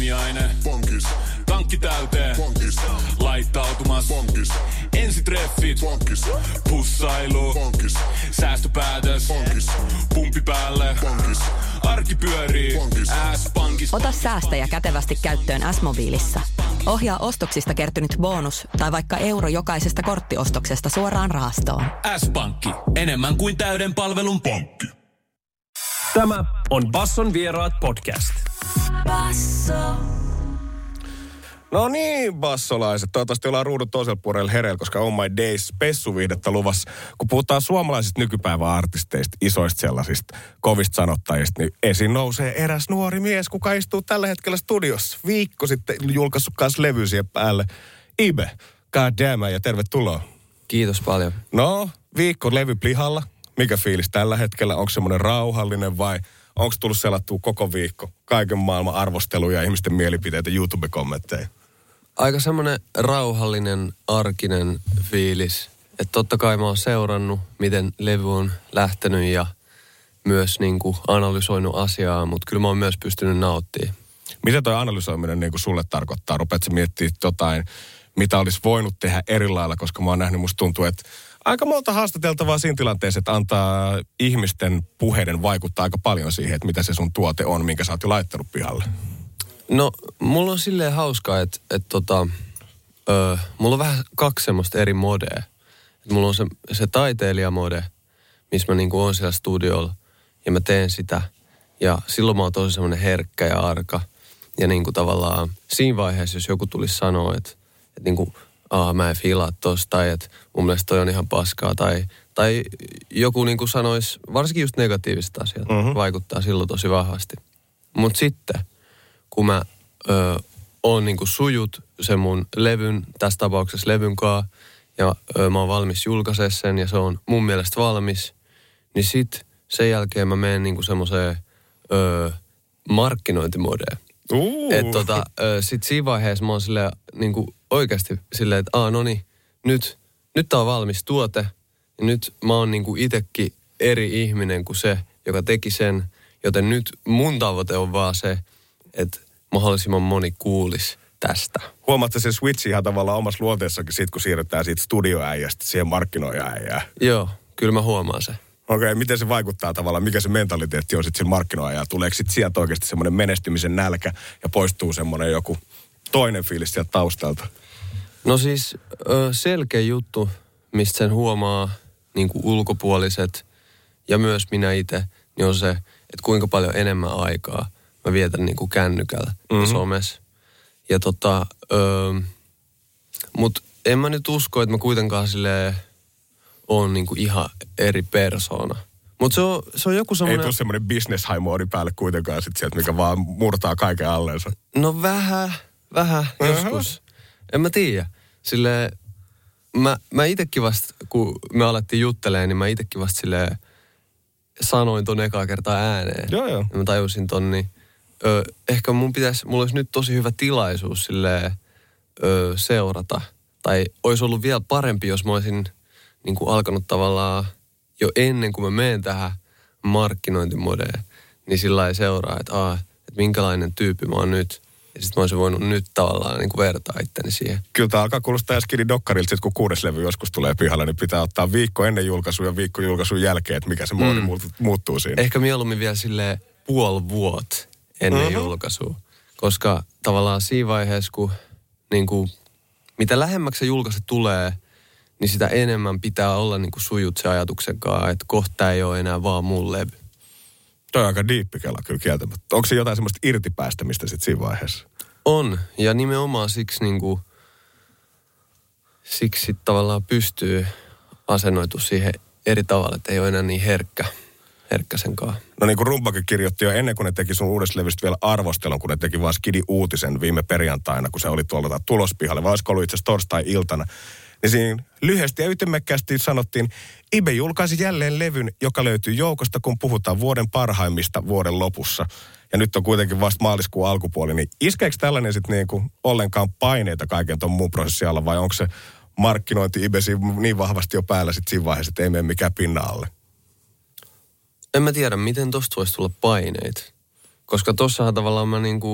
Aamiaine. Bonkis. Tankki täyteen. Bonkis. Laittautumas. Bonkis. Ensitreffit. Bonkis. Pussailu. Bonkis. Säästöpäätös. Bonkis. Pumpi päälle. Bonkis. Arki pyörii. Bonkis. S-pankis. Ota säästäjä kätevästi käyttöön S-mobiilissa. Ohjaa ostoksista kertynyt bonus tai vaikka euro jokaisesta korttiostoksesta suoraan rahastoon. S-pankki. Enemmän kuin täyden palvelun pankki. Tämä on Basson vieraat podcast. Basso. No niin, bassolaiset. Toivottavasti ollaan ruudun toisella puolella hereillä, koska Oh My Days -spessuviihdettä luvassa. Kun puhutaan suomalaisista nykypäivän artisteista, isoista sellaisista kovista sanottajista, niin esiin nousee eräs nuori mies, kuka istuu tällä hetkellä studiossa. Viikko sitten julkaissut kanssa levy siihen päälle. Ibe, god damn, ja tervetuloa. Kiitos paljon. No, viikko levy plihalla. Mikä fiilis tällä hetkellä? Onko semmoinen rauhallinen vai onko tullut selattua koko viikko kaiken maailman arvosteluja ja ihmisten mielipiteitä, YouTube-kommentteja? Aika semmoinen rauhallinen, arkinen fiilis. Että totta kai mä oon seurannut, miten levy on lähtenyt ja myös niinku analysoinut asiaa, mutta kyllä mä oon myös pystynyt nauttimaan. Mitä toi analysoiminen niinku sulle tarkoittaa? Rupeatko miettimään jotain, mitä olisi voinut tehdä eri lailla, koska mä oon nähnyt, musta tuntuu, että aika monta haastateltavaa siinä tilanteessa, että antaa ihmisten puheiden vaikuttaa aika paljon siihen, että mitä se sun tuote on, minkä sä oot jo laittanut pihalle. No, mulla on silleen hauskaa, että mulla on vähän kaksi semmoista eri modea. Et mulla on se taiteilijamode, missä mä niinku oon siellä studiolla ja mä teen sitä. Ja silloin mä oon tosi semmoinen herkkä ja arka. Ja niinku tavallaan siinä vaiheessa, jos joku tulisi sanoa, että niinku, mä en fiilaa tosta, tai että mun mielestä toi on ihan paskaa, tai joku niinku sanoisi, varsinkin just negatiiviset asiat, vaikuttaa silloin tosi vahvasti. Mut sitten, kun mä oon niinku sujut sen mun levyn, tässä tapauksessa levyn kaa, ja mä oon valmis julkaisee sen, ja se on mun mielestä valmis, niin sit sen jälkeen mä menen niinku semmoseen markkinointimodeen. Että sit siinä vaiheessa mä oon silleen niinku oikeasti silleen, että no niin, nyt tää on valmis tuote, ja nyt mä oon niinku itekin eri ihminen kuin se, joka teki sen, joten nyt mun tavoite on vaan se, että mahdollisimman moni kuulisi tästä. Huomaatte se switch ihan tavallaan omassa luonteessakin siitä, kun siirrytään siitä studioäijästä siihen markkinoijaäijään. Joo, kyllä mä huomaan se. Okei, miten se vaikuttaa tavallaan, mikä se mentaliteetti on sitten sillä markkinoijalla? Tuleeko sitten sieltä oikeasti semmoinen menestymisen nälkä ja poistuu semmoinen joku toinen fiilis sieltä taustalta? No siis selkeä juttu, mistä sen huomaa niin kuin ulkopuoliset ja myös minä itse, niin on se, että kuinka paljon enemmän aikaa mä vietän niin kuin kännykällä ja somessa. Ja mut en mä nyt usko, että mä kuitenkaan silleen on niin kuin ihan eri persoona. Mutta se on joku semmoinen... Ei tule semmoinen business high moodi päälle kuitenkaan sit sieltä, mikä vaan murtaa kaiken alleensa. No vähän joskus. En mä tiedä. Silleen, mä itekin vasta, kun me alettiin juttelemaan, niin mä itekin vasta silleen sanoin ton ekaa kertaa ääneen. Joo. Ja mä tajusin ton, niin ehkä mulla olisi nyt tosi hyvä tilaisuus silleen seurata. Tai olisi ollut vielä parempi, jos mä olisin niin kuin alkanut tavallaan jo ennen kuin mä menen tähän markkinointimodeen, niin sillä lailla seuraa, että minkälainen tyyppi mä oon nyt. Ja sit mä olisin voinut nyt tavallaan niin kuin vertaa itteni siihen. Kyllä tämä alkaa kuulostaa Skidi Dokkarilta, kun 6. levy joskus tulee pihalle, niin pitää ottaa viikko ennen julkaisua ja viikko julkaisun jälkeen, että mikä se moodi muuttuu siinä. Ehkä mieluummin vielä silleen puoli vuotta ennen julkaisua. Koska tavallaan siinä vaiheessa, kun niin kuin, mitä lähemmäksi se julkaisu tulee, niin sitä enemmän pitää olla niin kuin sujut se ajatuksen kanssa, että kohta ei ole enää vaan mun levy. Toi on aika diippikela kyllä kieltämättä. Onko se jotain semmoista irtipäästämistä sitten siinä vaiheessa? On, ja nimenomaan siksi niinku, siksi tavallaan pystyy asennoitu siihen eri tavalla, että ei ole enää niin herkkä senkaan. No niin kuin Rumpakin kirjoitti jo ennen kuin ne teki sun uudesta levystä vielä arvostelun, kun ne teki vaan Skidi-uutisen viime perjantaina, kun se oli tuolla tulospihalle, vai olisiko ollut itse asiassa torstai-iltana. Niin siinä lyhyesti ja ytimekkäästi sanottiin, Ibe julkaisi jälleen levyn, joka löytyy joukosta, kun puhutaan vuoden parhaimmista vuoden lopussa. Ja nyt on kuitenkin vasta maaliskuun alkupuoli, niin iskeekö tällainen sitten niinku ollenkaan paineita kaiken ton muun prosessin alla, vai onko se markkinointi Ibesi niin vahvasti jo päällä sitten siinä vaiheessa, että ei mene mikään pinna alle? En mä tiedä, miten tosta voisi tulla paineita. Koska tossahan tavallaan mä niinku,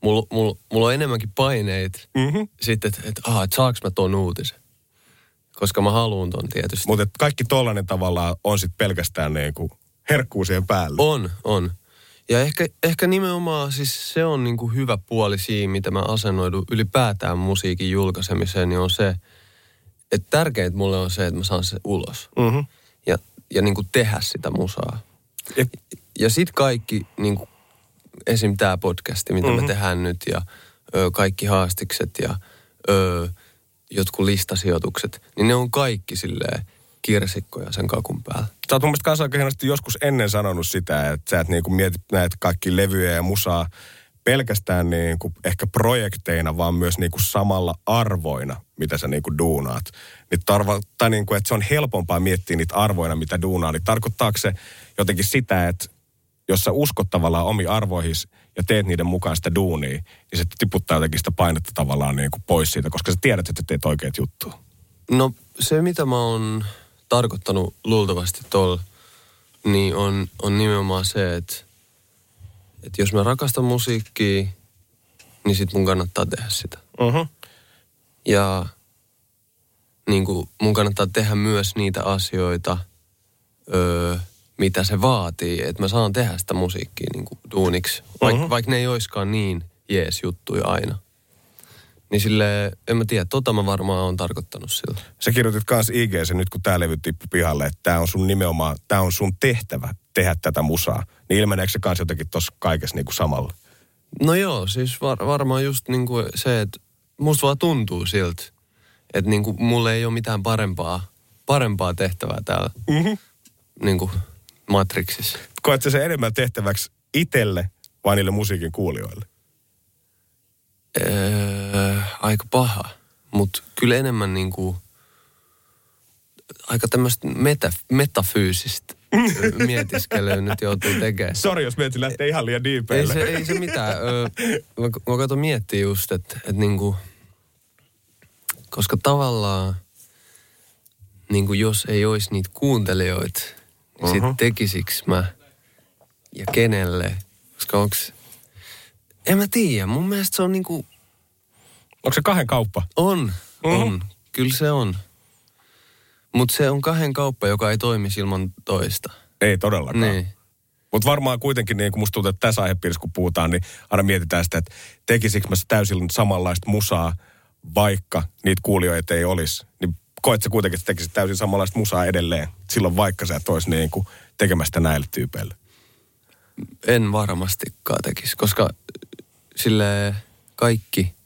mulla on enemmänkin paineita sitten, että saaks mä ton uutisen. Koska mä haluun ton tietysti. Mutta kaikki tollainen tavallaan on sitten pelkästään niinku herkkuu siihen päälle. On. Ja ehkä nimenomaan siis se on niinku hyvä puoli siinä, mitä mä asennoidun ylipäätään musiikin julkaisemiseen, niin on se, että tärkeintä mulle on se, että mä saan se ulos. Ja niinku tehdä sitä musaa. Ja sit kaikki, niinku, esim. Tää podcasti, mitä me tehdään nyt, ja kaikki haastikset ja jotkut listasijoitukset, niin ne on kaikki silleen kirsikkoja sen kakun päällä. Sä oot mun mielestä kanssa aika hienosti joskus ennen sanonut sitä, että sä et niinku mietit näitä kaikki levyjä ja musaa pelkästään niinku ehkä projekteina, vaan myös niinku samalla arvoina, mitä sä niinku duunaat. Tai niinku, että se on helpompaa miettiä niitä arvoina, mitä duunaa. Niin tarkoittaako se jotenkin sitä, että jos sä uskot tavallaan omiin arvoihisi ja teet niiden mukaan sitä duunia, niin se tiputtaa jotenkin sitä painetta tavallaan niinku pois siitä, koska sä tiedät, että teet oikeat juttua. No se, mitä mä oon tarkoittanut luultavasti tuolla, niin on nimenomaan se, että jos mä rakastan musiikkia, niin sit mun kannattaa tehdä sitä. Ja niin kuin mun kannattaa tehdä myös niitä asioita, mitä se vaatii, että mä saan tehdä sitä musiikkia niin kuin duuniksi. Vaikka ne ei oiskaan niin jees juttuja aina. Niin silleen, en mä tiedä, mä varmaan on tarkoittanut sillä. Sä kirjoitit kans IG:ssä nyt, kun tää levy tippui pihalle, että tää on sun nimenomaan, tää on sun tehtävä tehdä tätä musaa. Niin ilmeneekö se kans jotenkin tossa kaikessa niinku samalla? No joo, siis varmaan just niinku se, että musta vaan tuntuu siltä, että niinku mulle ei ole mitään parempaa tehtävää täällä niinku Matrixissa. Koet sä se enemmän tehtäväksi itselle vai niille musiikin kuulijoille? Aika paha, mutta kyllä enemmän niinku aika tämmöistä metafyysistä mietiskelyä nyt joutuu tekemään. Sori, jos mietin lähtee ihan liian diipeille. Ei se mitään. Mä katson miettiä just, että niinku, koska tavallaan niinku jos ei olisi niitä kuuntelijoita, niin sit tekisiks mä ja kenelle? Koska en mä tiedä, mun mielestä se on niinku... Onko se kahden kauppa? On. Kyllä se on. Mutta se on kahden kauppa, joka ei toimi ilman toista. Ei todellakaan. Niin. Mutta varmaan kuitenkin, niin kuin musta tuntuu, että tässä aihepiirissä kun puhutaan, niin aina mietitään sitä, että tekisikö mä täysin samanlaista musaa, vaikka niitä kuulijoita ei olisi. Niin koet sä kuitenkin, että tekisit täysin samanlaista musaa edelleen, silloin vaikka sä et olisi niin kuin tekemästä näille tyypeille? En varmastikaan tekisi, koska sille kaikki...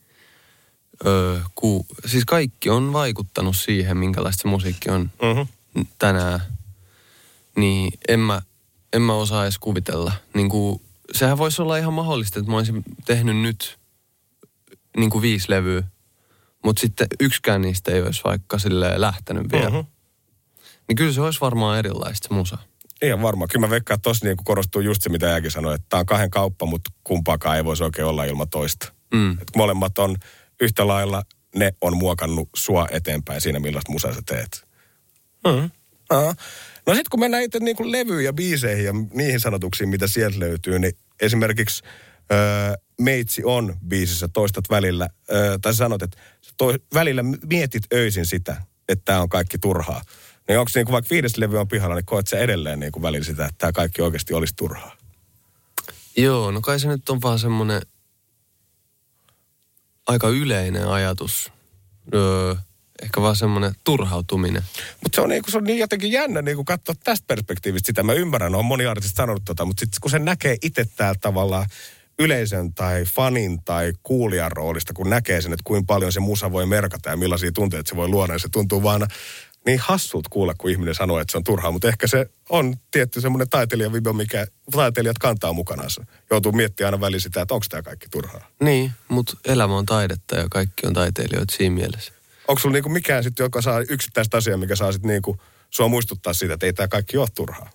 siis kaikki on vaikuttanut siihen, minkälaista se musiikki on tänään. Niin en mä osaa edes kuvitella. Niin kuin, sehän voisi olla ihan mahdollista, että mä olisin tehnyt nyt niin kuin 5 levyä, mutta sitten yksikään niistä ei olisi vaikka silleen lähtenyt vielä. Niin kyllä se olisi varmaan erilaista se musa. Ihan varmaan. Kyllä mä veikkaan, että tossa niin korostuu just se, mitä Jääkin sanoi, että tää on kahden kauppa, mutta kumpaakaan ei voisi oikein olla ilman toista. Että molemmat on yhtä lailla, ne on muokannut sua eteenpäin siinä, millaista musaa sä teet. No sit kun mennään itse niin levyyn ja biiseihin ja niihin sanotuksiin, mitä sieltä löytyy, niin esimerkiksi Meitsi on biisissä toistat välillä, tai sä sanot, että välillä mietit öisin sitä, että tää on kaikki turhaa. Niin onko niin vaikka 5. levy on pihalla, niin koet sä edelleen niin välillä sitä, että tää kaikki oikeasti olisi turhaa? Joo, no kai se nyt on vaan semmonen aika yleinen ajatus. Ehkä vaan semmoinen turhautuminen. Mutta se on niin jotenkin jännä niin katsoa tästä perspektiivistä sitä. Mä ymmärrän, on moni artisti sanonut mutta sitten kun se näkee itse täältä tavallaan yleisön tai fanin tai kuulijan roolista, kun näkee sen, että kuinka paljon se musa voi merkata ja millaisia tunteita se voi luoda, niin se tuntuu vaan niin hassut kuulla, kun ihminen sanoo, että se on turhaa. Mutta ehkä se on tietty semmoinen taiteilijavibo, mikä taiteilijat kantaa mukanaan. Joutuu miettimään aina väliin sitä, että onko tämä kaikki turhaa. Niin, mutta elämä on taidetta ja kaikki on taiteilijoita siinä mielessä. Onko sulla niinku mikään sitten, joka saa yksittäistä asiaa, mikä saa sitten niinku sua muistuttaa siitä, että ei tämä kaikki ole turhaa?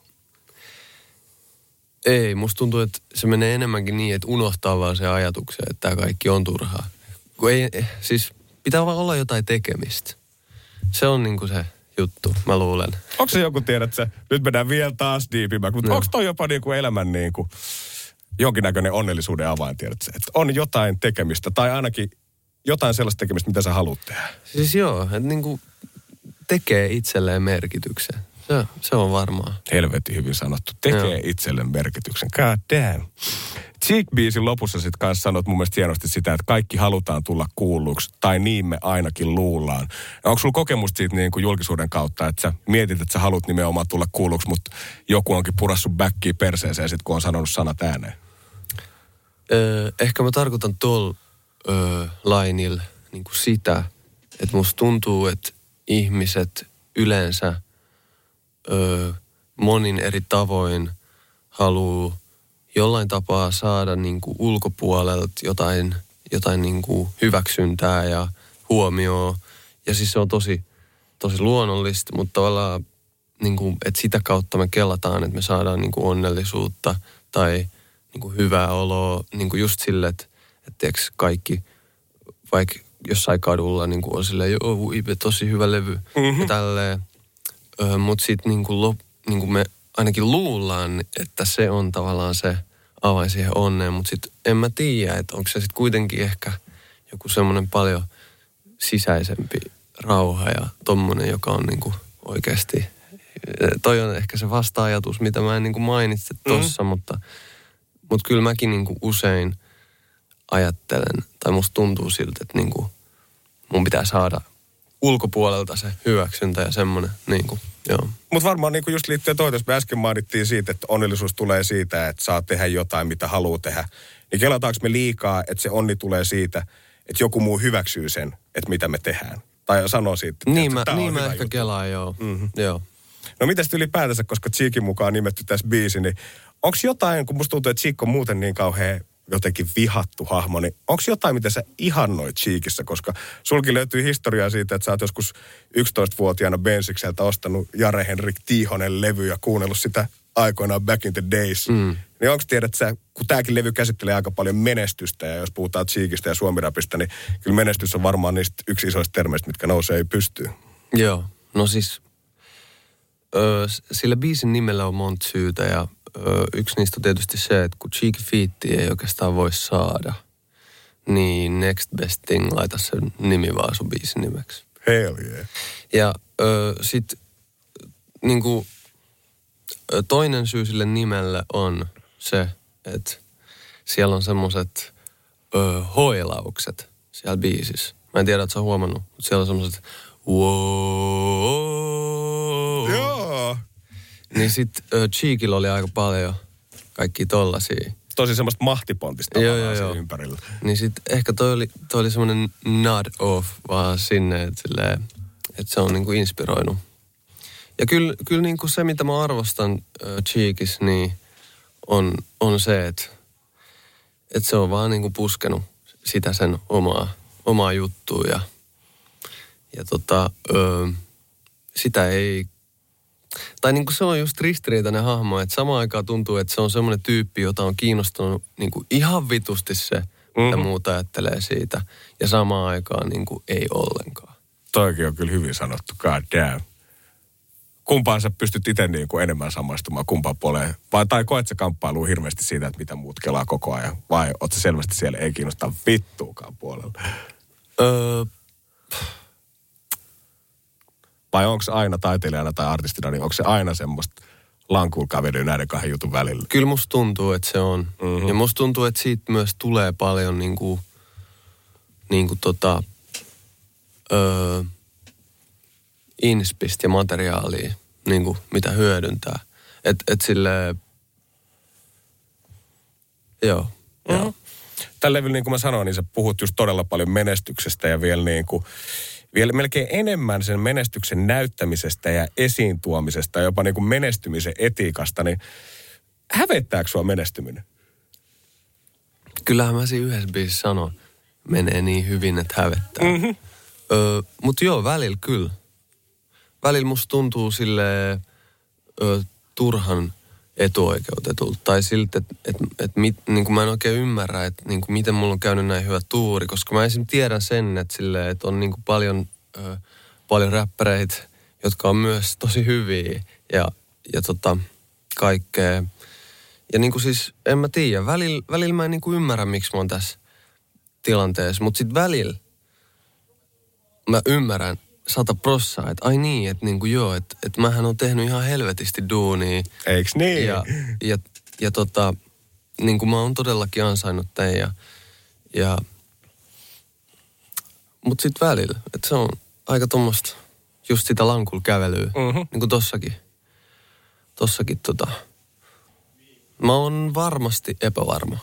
Ei, musta tuntuu, että se menee enemmänkin niin, että unohtaa vaan se ajatuksen, että tämä kaikki on turhaa. Kun siis pitää vaan olla jotain tekemistä. Se on niinku se juttu, mä luulen. Onko se joku, tiedät sä, nyt mennään vielä taas diipimään, mutta onko toi jopa niinku elämän niinku jonkinnäköinen onnellisuuden avain, tiedätkö? Että on jotain tekemistä tai ainakin jotain sellaista tekemistä, mitä sä haluat tehdä. Siis joo, että niinku tekee itselleen merkityksen. Se on varmaa. Helvetin hyvin sanottu. Tekee itselleen merkityksen. God damn. Cheek-biisin lopussa sit kanssa sanot mun mielestä hienosti sitä, että kaikki halutaan tulla kuulluksi, tai niin me ainakin luullaan. Onko sulla kokemusta siitä niin kuin julkisuuden kautta, että sä mietit, että sä haluat nimenomaan tulla kuulluksi, mutta joku onkin purassut backiin perseeseen sit, kun on sanonut sanat ääneen? Ehkä mä tarkoitan tuolla lainilla niin kuin sitä, että musta tuntuu, että ihmiset yleensä monin eri tavoin haluaa jollain tapaa saada niin kuin ulkopuolelta jotain niin kuin hyväksyntää ja huomioon. Ja siis se on tosi luonnollista, mutta tavallaan niin kuin, että sitä kautta me kelataan, että me saadaan niin kuin onnellisuutta tai niin kuin hyvää oloa. Niin kuin just sille, että tiiäks, kaikki, vaikka jossain kadulla niin kuin on silleen, joo, tosi hyvä levy ja tälleen. Mutta sitten niin me ainakin luullaan, että se on tavallaan se avain siihen onneen. Mutta sitten en mä tiedä, että onko se sitten kuitenkin ehkä joku semmoinen paljon sisäisempi rauha ja tommonen, joka on niinku oikeasti. Toi on ehkä se vasta-ajatus, mitä mä en niinku mainitse tossa, mutta kyllä mäkin niinku usein ajattelen, tai musta tuntuu siltä, että niinku mun pitää saada ulkopuolelta se hyväksyntä ja semmoinen, niinku, joo. Mutta varmaan niinku just liittyen toivottavasti, jos me äsken mainittiin siitä, että onnellisuus tulee siitä, että saa tehdä jotain, mitä haluaa tehdä. Niin kelataanko me liikaa, että se onni tulee siitä, että joku muu hyväksyy sen, että mitä me tehdään? Tai sanoo siitä, että niin mä ehkä kelaan, joo. Joo. No mitäs ylipäätänsä, koska Cheekin mukaan nimetty tässä biisi, niin onko jotain, kun musta tuntuu, että Cheek on muuten niin kauhean jotenkin vihattu hahmo, niin onko jotain, mitä sä ihannoit Cheekissä, koska sulki löytyy historiaa siitä, että sä oot joskus 11-vuotiaana Bensikseltä ostanut Jare Henrik Tiihonen levy ja kuunnellut sitä aikoinaan back in the days. Niin onko tiedät sä, kun tääkin levy käsittelee aika paljon menestystä, ja jos puhutaan Cheekistä ja suomirapista, niin kyllä menestys on varmaan niistä yksi isoista termeistä, mitkä nousee pystyyn. Joo, no siis sillä biisin nimellä on monta syytä, ja yksi niistä on tietysti se, että kun Cheek Feetia ei oikeastaan voi saada, niin Next Best Thing, laita sen nimi vaan sun biisin nimeksi. Hell yeah. Ja sit niinku toinen syy sille nimelle on se, että siellä on semmoset hoilaukset siellä biisissä. Mä en tiedä, että sä oot huomannut, mutta siellä on semmoset Joo. Niin sit Cheekillä oli aika paljon kaikkia tollasia. Tosi semmoista mahtipontista joo. ympärillä. Niin sit ehkä toi oli semmoinen nod off vaan sinne, että se on niinku inspiroinut. Ja kyllä niinku se, mitä mä arvostan Cheekis, niin on se, että se on vaan niinku puskenut sitä sen omaa juttua ja sitä ei. Tai niinku se on just ristiriitainen hahmo, että samaan aikaan tuntuu, että se on semmoinen tyyppi, jota on kiinnostanut niinku ihan vitusti se, mitä muuta ajattelee siitä. Ja samaan aikaan niinku ei ollenkaan. Toikin on kyllä hyvin sanottu, god damn. Kumpaan sä pystyt itse niinku enemmän samaistumaan, kumpaan puoleen? Tai koet sä kamppailua hirveästi siitä, että mitä muut kelaa koko ajan? Vai oot sä selvästi siellä ei kiinnosta vittuukaan puolella? Vai onko se aina taiteilijana tai artistina, niin onko se aina semmoista lankuulkävelyä näiden kahden jutun välillä? Kyllä musta tuntuu, että se on. Ja musta tuntuu, että siitä myös tulee paljon inspistä ja materiaalia, niinku, mitä hyödyntää. Et silleen, joo. Tällä levyllä, niin kuin mä sanoin, niin sä puhut just todella paljon menestyksestä ja vielä melkein enemmän sen menestyksen näyttämisestä ja esiin tuomisesta ja jopa niin kuin menestymisen etiikasta, niin hävettääkö sua menestyminen? Kyllähän mä siinä yhdessä biisissä sanon, menee niin hyvin, että hävettää. Mutta joo, välillä kyllä. Välillä musta tuntuu silleen turhan etuoikeutetulta. Tai siltä, että niin kuin mä en oikein ymmärrä, että niin kuin miten mulla on käynyt näin hyvä tuuri. Koska mä esimerkiksi tiedän sen, että, silleen, että on niin kuin paljon räppäreitä, jotka on myös tosi hyviä ja kaikkea. Ja niin kuin siis, en mä tiedä, välillä mä en niin kuin ymmärrä, miksi mä oon tässä tilanteessa. Mutta sitten välillä mä ymmärrän 100%, että ai niin, että niin kuin joo, että mähän on tehnyt ihan helvetisti duunia. Eiks niin? Ja niin kuin mä oon todellakin ansainnut tämän mutta sitten välillä, että se on aika tommoista just sitä lankulla kävelyä, niin kuin tossakin. Mä oon varmasti epävarma.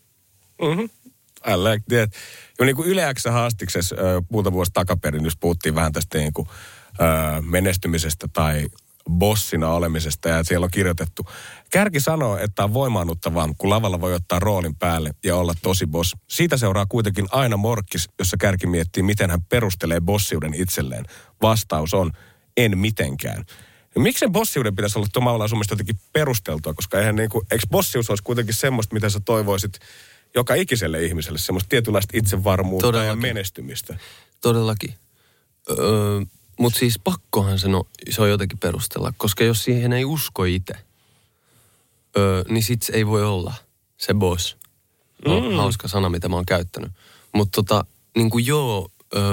I like that. Jo niin kuin Yle X:n haastiksessa muutama vuosi takaperin, jos puhuttiin vähän tästä niin kuin, menestymisestä tai bossina olemisesta, ja siellä on kirjoitettu. Kärki sanoo, että on voimaannuttavaa, kun lavalla voi ottaa roolin päälle ja olla tosi boss. Siitä seuraa kuitenkin aina morkkis, jossa Kärki miettii, miten hän perustelee bossiuden itselleen. Vastaus on, en mitenkään. Ja miksi sen bossiuden pitäisi olla tavallaan sun mielestä jotenkin perusteltua, koska eihän niin kuin, eikö bossius olisi kuitenkin semmoista, mitä sä toivoisit joka ikiselle ihmiselle, semmoista tietynlaista itsevarmuutta ja menestymistä. Todellakin. Mutta siis pakkohan se on jotenkin perustella, koska jos siihen ei usko itse, niin sit se ei voi olla se boss. No, hauska sana, mitä mä oon käyttänyt. Mutta niinku joo,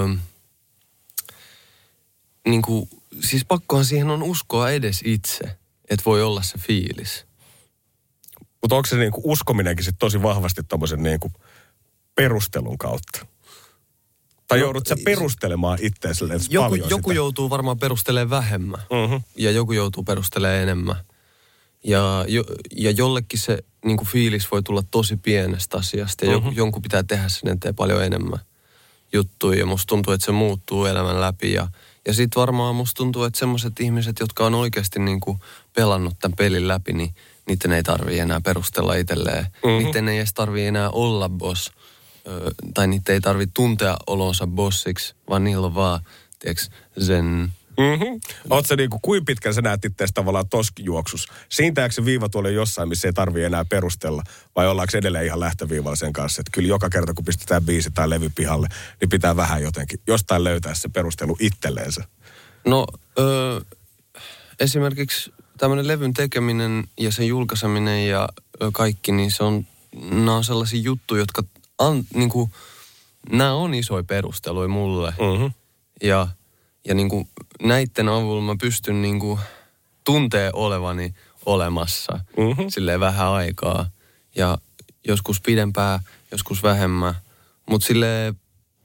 niinku, siis pakkohan siihen on uskoa edes itse, että voi olla se fiilis. Mutta onko se niinku uskominenkin sit tosi vahvasti tommosen niinku perustelun kautta? Tai joudut sä perustelemaan itseäsi paljon joku joutuu varmaan perustelemaan vähemmän. Ja joku joutuu perustelemaan enemmän. Ja jollekin se niinku fiilis voi tulla tosi pienestä asiasta. Ja jonkun pitää tehdä sen eteen paljon enemmän juttuja. Ja musta tuntuu, että se muuttuu elämän läpi. Ja sit varmaan musta tuntuu, että semmoiset ihmiset, jotka on oikeasti niinku pelannut tämän pelin läpi, niin niiden ei tarvitse enää perustella itselleen. Niiden ei edes tarvitse enää olla boss. Tai niitä ei tarvitse tuntea olonsa bossiksi, vaan niillä on vaan, tiedätkö, zen. Oot sä niinku, kuinka pitkän sä näet itseäsi tavallaan toskijuoksussa? Siintääkö se viiva tuolle jossain, missä ei tarvitse enää perustella? Vai ollaanko edelleen ihan lähtöviivalla sen kanssa? Että kyllä joka kerta, kun pistetään biisi tai levy pihalle, niin pitää vähän jotenkin jostain löytää se perustelu itselleensä. No, esimerkiksi tämmöinen levyn tekeminen ja sen julkaiseminen ja kaikki, niin nämä on sellaisia juttuja, jotka niinku, nämä on isoja perusteluja mulle. Ja niinku, näitten avulla mä pystyn niinku, tuntee olevani olemassa silleen vähän aikaa. Ja joskus pidempään, joskus vähemmän. Mutta silleen,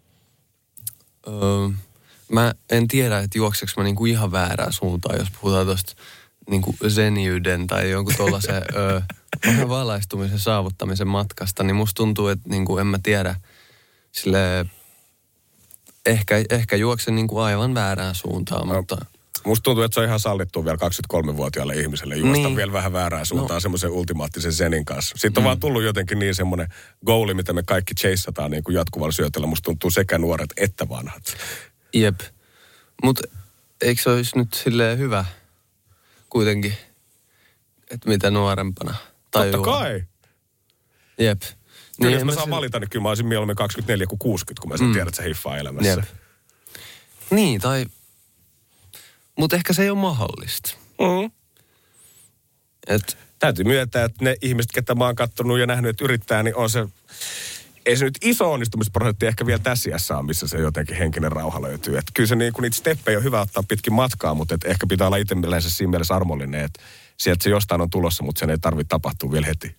mä en tiedä, että juokseeko mä niinku ihan väärään suuntaan, jos puhutaan tuosta niinku zeniyden tai jonkun tuollaisen valaistumisen saavuttamisen matkasta, niin musta tuntuu, että niinku en mä tiedä, silleen ehkä juoksen niinku aivan väärään suuntaan, mutta musta tuntuu, että se on ihan sallittu vielä 23-vuotiaalle ihmiselle juosta vielä vähän väärään suuntaan semmoisen ultimaattisen zenin kanssa. Sitten on vaan tullut jotenkin niin semmoinen goali, mitä me kaikki chaseataan niin kuin jatkuvalla syötöllä. Musta tuntuu sekä nuoret että vanhat. Jep. Mutta eikö se olisi nyt silleen hyvä kuitenkin, että mitä nuorempana tajua? Totta kai. Jep. Kyllä jos mä saan valita, niin kyllä mä olisin mieluummin 24 kuin 60, kun mä sen tiedän, että se hiffaa elämässä. Jep. Niin, tai mutta ehkä se ei ole mahdollista. Täytyy myöntää, että ne ihmiset, ketä mä oon kattonut ja nähnyt, että yrittää, niin on se, ei se nyt iso onnistumisprosentti ehkä vielä tässä iässä on, missä se jotenkin henkinen rauha löytyy. Että kyllä se niin kuin niitä steppejä on hyvä ottaa pitkin matkaa, mutta et ehkä pitää olla itselleensä siinä mielessä armollinen, että sieltä se jostain on tulossa, mutta sen ei tarvitse tapahtua vielä heti.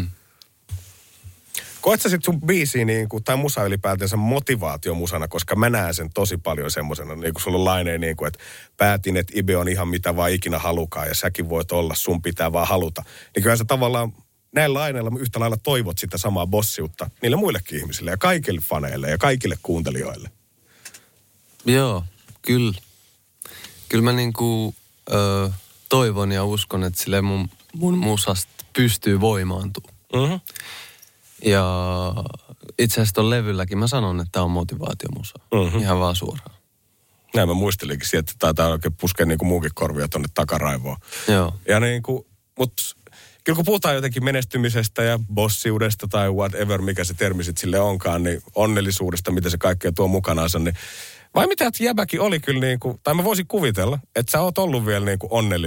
Koet sä sit sun biisiä niinku, tai musa ylipäätänsä motivaatiomusana, koska mä näen sen tosi paljon semmosena, niin kuin sulla on laineen niinku, että päätin, että Ibe on ihan mitä vaan ikinä halukaan ja säkin voit olla, sun pitää vaan haluta. Niin kyllä sä tavallaan näillä laineilla yhtä lailla toivot sitä samaa bossiutta niille muillekin ihmisille ja kaikille faneille ja kaikille kuuntelijoille. Joo, kyllä. Kyllä mä niinku toivon ja uskon, että sille mun musasta pystyy voimaantumaan. Ja itse asiassa ton levylläkin mä sanon, että tää on motivaatiomusa. Ihan vaan suoraan. Näin mä muistelinkin sieltä, että tää oikein puskee niinku muukin korvia tonne takaraivoon. Joo. Ja niinku, mut kyllä kun puhutaan jotenkin menestymisestä ja bossiudesta tai whatever, mikä se termi sit sille onkaan, niin onnellisuudesta, mitä se kaikkea tuo mukanaansa, niin vai mitä, että jäbäkin oli kyllä niinku, tai mä voisin kuvitella, että sä oot ollut vielä niinku onnellinen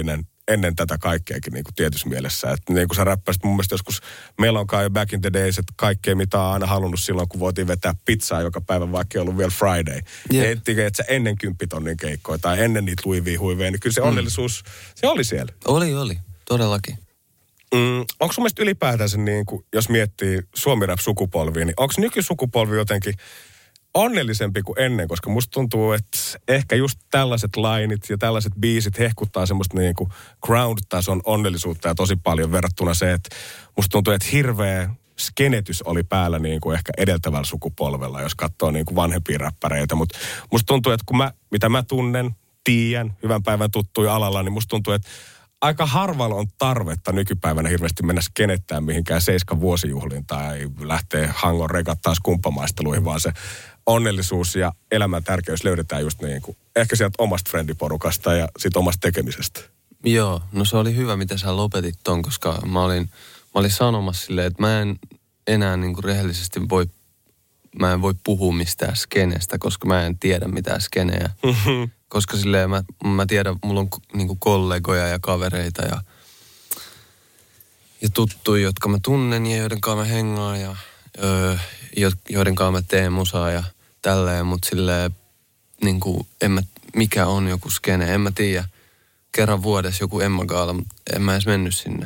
ennen tätä kaikkeakin niin kuin tietyssä mielessä. Että niin kuin sä räppäsit mun mielestä joskus melonkaan jo back in the days, että kaikkea mitä on aina halunnut silloin, kun voitiin vetää pizzaa joka päivä, vaikka ei ollut vielä Friday. Yeah. Ettikö, että sä ennen 10 000 keikkoja tai ennen niitä Louis V-huiveja, niin kyllä se onnellisuus, se oli siellä. Oli, todellakin. Onko sun mielestä ylipäätänsä, niin kuin, jos miettii Suomi-rap-sukupolvia, niin onko nykysukupolvi jotenkin onnellisempi kuin ennen? Koska musta tuntuu, että ehkä just tällaiset lainit ja tällaiset biisit hehkuttaa semmoista niin kuin ground-tason onnellisuutta ja tosi paljon verrattuna se, että musta tuntuu, että hirveä skenetys oli päällä niin kuin ehkä edeltävällä sukupolvella, jos katsoo niin kuin vanhempia räppäreitä. Mutta musta tuntuu, että mitä mä tunnen, tiedän, hyvän päivän tuttuja alalla, niin musta tuntuu, että aika harvalla on tarvetta nykypäivänä hirveästi mennä skenettään mihinkään 7 vuosijuhliin tai lähtee hangon rekat taas kumpamaisteluihin, vaan se onnellisuus ja elämän tärkeys löydetään just niin kuin ehkä sieltä omasta friendiporukasta ja siitä omasta tekemisestä. Joo, no se oli hyvä, miten sä lopetit ton, koska mä olin sanomassa silleen, että mä en enää niin kuin rehellisesti mä en voi puhua mistään skenestä, koska mä en tiedä mitään skenejä. Koska silleen mä tiedän, mulla on niinku kollegoja ja kavereita ja tuttuja, jotka mä tunnen ja joiden kanssa mä hengaan ja joiden kanssa mä teen musaa ja tälleen. Mutta silleen niinku mikä on joku skene, en mä tiedä. Kerran vuodessa joku Emma Gaala, mutta en mä edes mennyt sinne.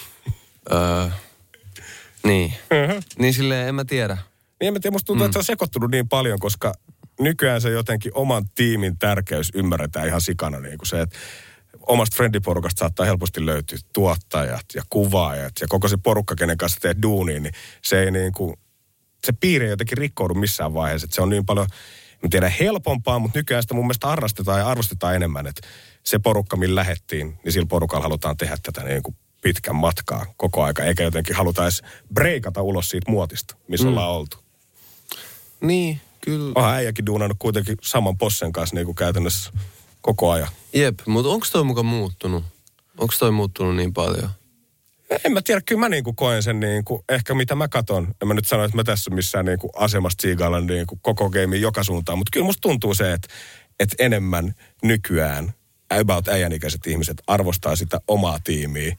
Niin. Niin silleen en mä tiedä. Niin en mä tiedä, musta tuntuu, että se on sekoittunut niin paljon, koska nykyään se jotenkin oman tiimin tärkeys ymmärretään ihan sikana. Niin kuin se, että omasta friendiporukasta saattaa helposti löytyä tuottajat ja kuvaajat ja koko se porukka, kenen kanssa teet duunia, niin se ei niin kuin, se piiri ei jotenkin rikkoudu missään vaiheessa. Että se on niin paljon, en tiedä, helpompaa, mutta nykyään sitä mun mielestä harrastetaan ja arvostetaan enemmän, että se porukka, millä lähettiin, niin sillä porukalla halutaan tehdä tätä niin kuin pitkän matkaa koko aika, eikä jotenkin haluta edes breikata ulos siitä muotista, missä ollaan oltu. Niin, kyllä. Onhan äijäkin duunannut kuitenkin saman possen kanssa niin kuin käytännössä koko ajan. Jep, mutta onko toi mukaan muuttunut? Onko toi muuttunut niin paljon? En mä tiedä, kyllä mä niin kuin koen sen niin kuin, ehkä mitä mä katon. En mä nyt sano, että mä tässä missään niin kuin asemasta siigailla niin kuin koko gamein joka suuntaan, mutta kyllä musta tuntuu se, että enemmän nykyään about äijänikäiset ihmiset arvostaa sitä omaa tiimiä,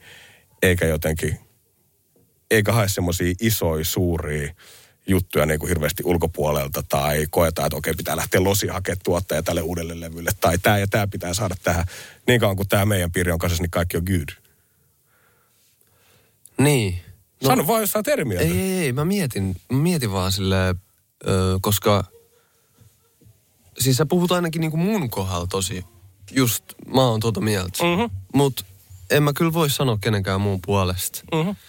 eikä hae semmosia isoja, suuria juttuja niin kuin hirveästi ulkopuolelta tai koetaan, että okei, pitää lähteä losia hakemaan tuottaja tälle uudelle levylle tai tämä ja tämä pitää saada tähän. Niin kauan kuin tämä meidän piiri on kanssa, niin kaikki on good. Niin. No, sano vaan, jos sä oot eri mieltä. Ei, mä mietin vaan silleen, koska siis sä puhut ainakin niinku mun kohdalla tosi, just mä oon tuota mieltä. Mut en mä kyllä voi sanoa kenenkään muun puolesta.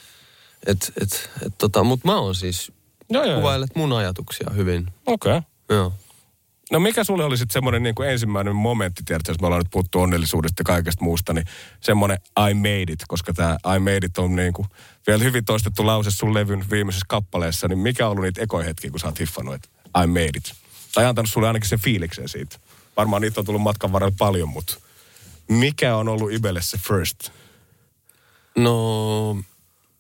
Mut mä oon siis, kuvailet mun ajatuksia hyvin. Okei. Joo. No mikä sulle oli sitten semmoinen niin kuin ensimmäinen momentti, tiedätkö, jos me ollaan nyt puhuttu onnellisuudesta ja kaikesta muusta, niin semmoinen I made it, koska tämä I made it on niin kuin vielä hyvin toistettu lause sun levyn viimeisessä kappaleessa, niin mikä on ollut niitä ekoihetkiä, kun sä oot hiffannut, että I made it? Tai antanut sulle ainakin sen fiiliksen siitä. Varmaan niitä on tullut matkan varrella paljon, mutta mikä on ollut Ibelle se first? No,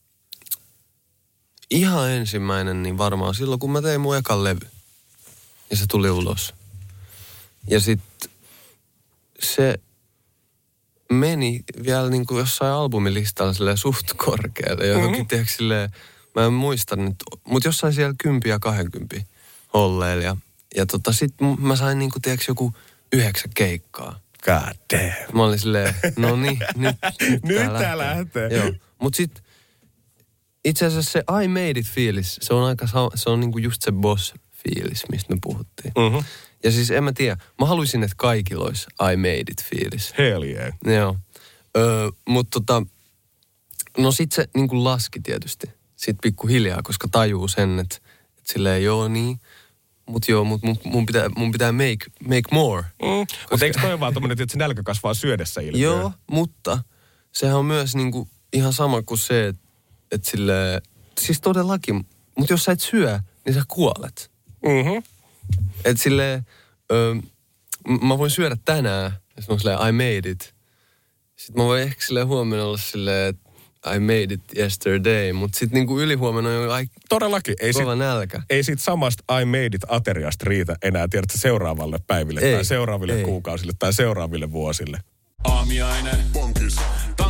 ihan ensimmäinen, niin varmaan silloin, kun mä tein mun ekan levy. Ja se tuli ulos. Ja sitten se meni vielä niin kuin jossain albumilistalla silleen suht korkealle. Johonkin, tiedätkö, silleen, mä en muista nyt, mutta jossain siellä 10 ja 20 holleilla. Ja sit mä sain niin kuin, tiedätkö, joku 9 keikkaa. God damn. Mä olin silleen, no niin, nyt tää lähtee. Joo, mut sit itse asiassa se I made it -fiilis, se on niinku just se boss-fiilis, mistä me puhuttiin. Ja siis en mä tiedä, mä haluaisin, että kaikilla olisi I made it -fiilis. Hell yeah. Joo. Mutta no sit se niinku laski tietysti. Sit pikkuhiljaa, koska tajuu sen, että silleen joo niin. Mut mun pitää make more. Mutta eikö toi vaan tommonen, että se nälkä kasvaa syödessä ilmiö? Joo, mutta sehän on myös niinku ihan sama kuin se, että silleen, siis todellakin, mutta jos sä et syö, niin sä kuolet. Että silleen, mä voin syödä tänään, ja sitten mä silleen, I made it. Sitten mä voin ehkä silleen huomenna olla silleen, että I made it yesterday, mutta sitten niinku ylihuomenna on jo todellakin. Kova nälkä. Ei siitä samasta I made it -ateriasta riitä enää, tiedätkö, seuraavalle päiville tai seuraaville kuukausille tai seuraaville vuosille. Aamiainen. Bonkis.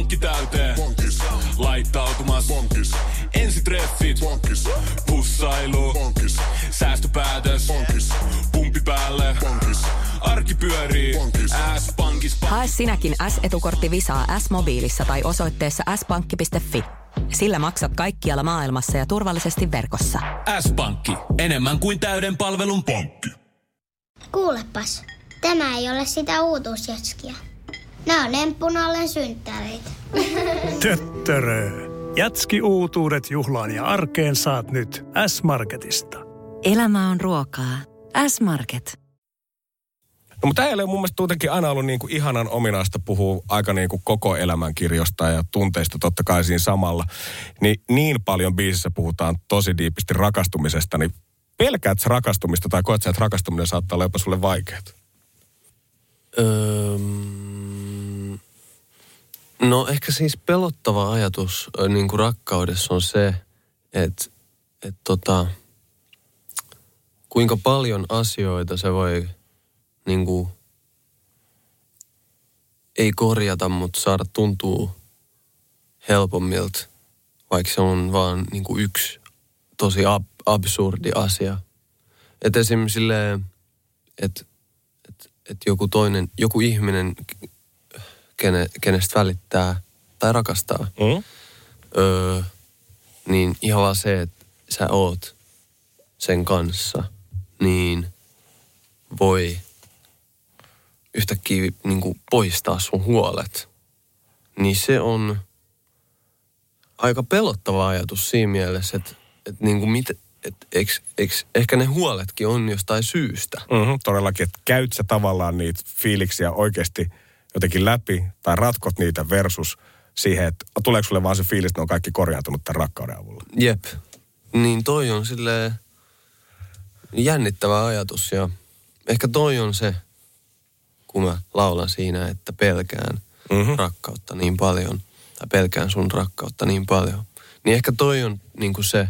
S-pankki täyteen. Pankis. Laittautumas. Pankis. Ensitreffit. Pankis. Pussailu. Pankis. Säästöpäätös. Pankis. Pumpi päälle. Pankis. Arki pyörii. Pankis. S-pankis. Hae sinäkin S-etukortti Visaa S-mobiilissa tai osoitteessa s-pankki.fi. Sillä maksat kaikkialla maailmassa ja turvallisesti verkossa. S-pankki. Enemmän kuin täyden palvelun pankki. Kuulepas, tämä ei ole sitä uutuusjatskia. Nämä on emppunallen synttäreitä. Töttörö. Jatski-uutuudet juhlaan ja arkeen saat nyt S-Marketista. Elämä on ruokaa. S-Market. No, mutta ei ole mun mielestä kuitenkin aina ollut niin kuin ihanan ominaista puhua aika niin kuin koko elämän kirjosta ja tunteista totta kai siinä samalla. Niin paljon biisissä puhutaan tosi diipisti rakastumisesta, niin pelkäät sä rakastumista tai koet sä, että rakastuminen saattaa olla jopa sulle vaikeaa? No ehkä siis pelottava ajatus niin kuin rakkaudessa on se, että kuinka paljon asioita se voi niin kuin, ei korjata, mutta saada tuntuu helpommilta, vaikka se on vaan niin kuin yksi tosi absurdi asia. Että esimerkiksi silleen, että joku ihminen, kenestä välittää tai rakastaa, niin ihan vaan se, että sä oot sen kanssa, niin voi yhtäkkiä niin kuin poistaa sun huolet. Niin se on aika pelottava ajatus siinä mielessä, että niin kuin ehkä ne huoletkin on jostain syystä. Todellakin, että käyt sä tavallaan niitä fiiliksiä oikeasti jotenkin läpi tai ratkot niitä versus siihen, että tuleeko sulle vaan se fiilis, että ne on kaikki korjaantunut tämän rakkauden avulla. Jep. Niin toi on silleen jännittävä ajatus ja ehkä toi on se, kun mä laulan siinä, että pelkään rakkautta niin paljon tai pelkään sun rakkautta niin paljon. Niin ehkä toi on niinku se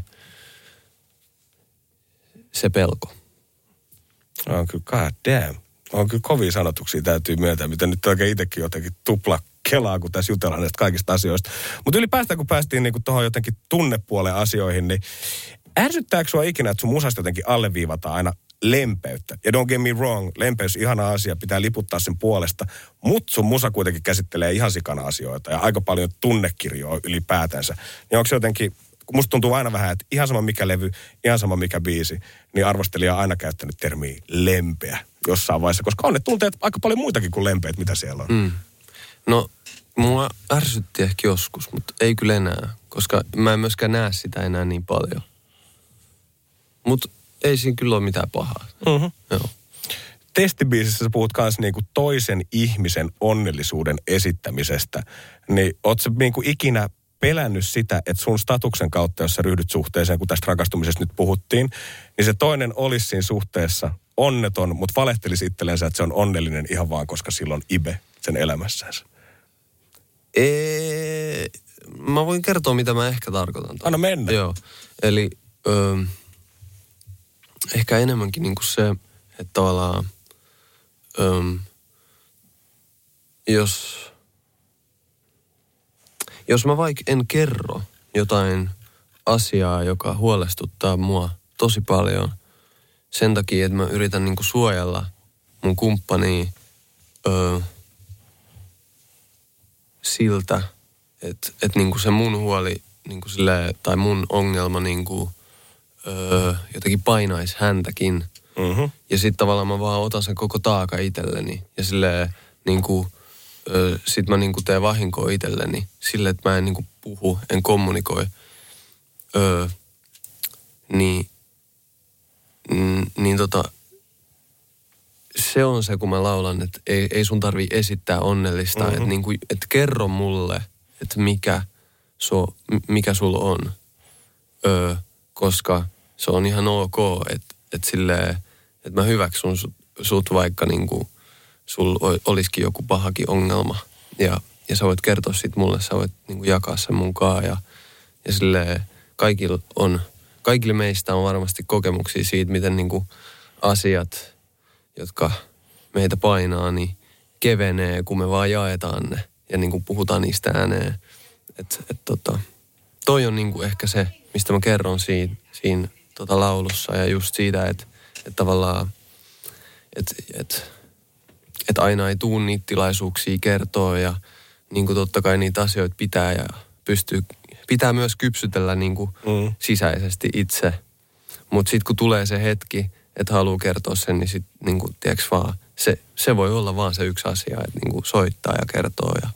pelko. On kyllä, god damn. On kyllä kovia sanotuksia, täytyy myöntää, mitä nyt oikein itsekin jotenkin tupla kelaa, kun tässä jutellaan näistä kaikista asioista. Mutta ylipäätään, kun päästiin niinku tuohon jotenkin tunnepuolen asioihin, niin ärsyttääkö sua ikinä, että sun musasta jotenkin alleviivataan aina lempeyttä? Ja don't get me wrong, lempeys ihana asia, pitää liputtaa sen puolesta, mutta sun musa kuitenkin käsittelee ihan sikana asioita ja aika paljon tunnekirjoa ylipäätänsä. Niin onko se jotenkin, kun musta tuntuu aina vähän, että ihan sama mikä levy, ihan sama mikä biisi, niin arvostelija on aina käyttänyt termiä lempeä jossain vaiheessa, koska on ne tunteet aika paljon muitakin kuin lempeät, mitä siellä on. No, mua ärsytti ehkä joskus, mutta ei kyllä enää, koska mä en myöskään näe sitä enää niin paljon. Mutta ei siinä kyllä ole mitään pahaa. Joo. Testibiisissä sä puhut kanssa niinku toisen ihmisen onnellisuuden esittämisestä. Niin oot sä niinku ikinä pelännyt sitä, että sun statuksen kautta, jos sä ryhdyt suhteeseen, kun tästä rakastumisesta nyt puhuttiin, niin se toinen olisi siinä suhteessa onneton, mutta valehtelisi itsellensä, että se on onnellinen ihan vaan, koska silloin ibe sen elämässänsä? Mä voin kertoa, mitä mä ehkä tarkoitan. Anna mennä. Joo, eli ehkä enemmänkin niinku se, että tavallaan jos mä vaikka en kerro jotain asiaa, joka huolestuttaa mua tosi paljon sen takia, että mä yritän niinku suojella mun kumppania siltä, että niinku se mun huoli niinku silleen, tai mun ongelma niinku jotenkin painaisi häntäkin. Ja sitten tavallaan mä vaan otan sen koko taaka itselleni. Ja silleen niinku, sit mä niinku teen vahinkoa itselleni. Silleen, että mä en niinku puhu, en kommunikoi. Se on se, kun mä laulan, että ei sun tarvii esittää onnellista. Että niinku, et kerro mulle, että mikä sulla on. Koska se on ihan ok, että silleen, että mä hyväksyn sut vaikka niinku, sulla olisikin joku pahakin ongelma. Ja sä voit kertoa sit mulle, sä voit niinku jakaa sen munkaan. Ja silleen, kaikille meistä on varmasti kokemuksia siitä, miten niinku asiat, jotka meitä painaa, niin kevenee, kun me vaan jaetaan ne. ja niin kuin puhutaan niistä ääneen. Toi on niin kuin ehkä se, mistä mä kerron siinä laulussa ja just siitä, että tavallaan, että aina ei tule niitä tilaisuuksia kertoa ja niin kuin totta kai niitä asioita pitää ja pitää myös kypsytellä niin kuin sisäisesti itse. Mutta sitten kun tulee se hetki, että haluaa kertoa sen, niin sitten niin kuin, tiedätkö vaan, se voi olla vaan se yksi asia, että niin kuin soittaa ja kertoo. Ja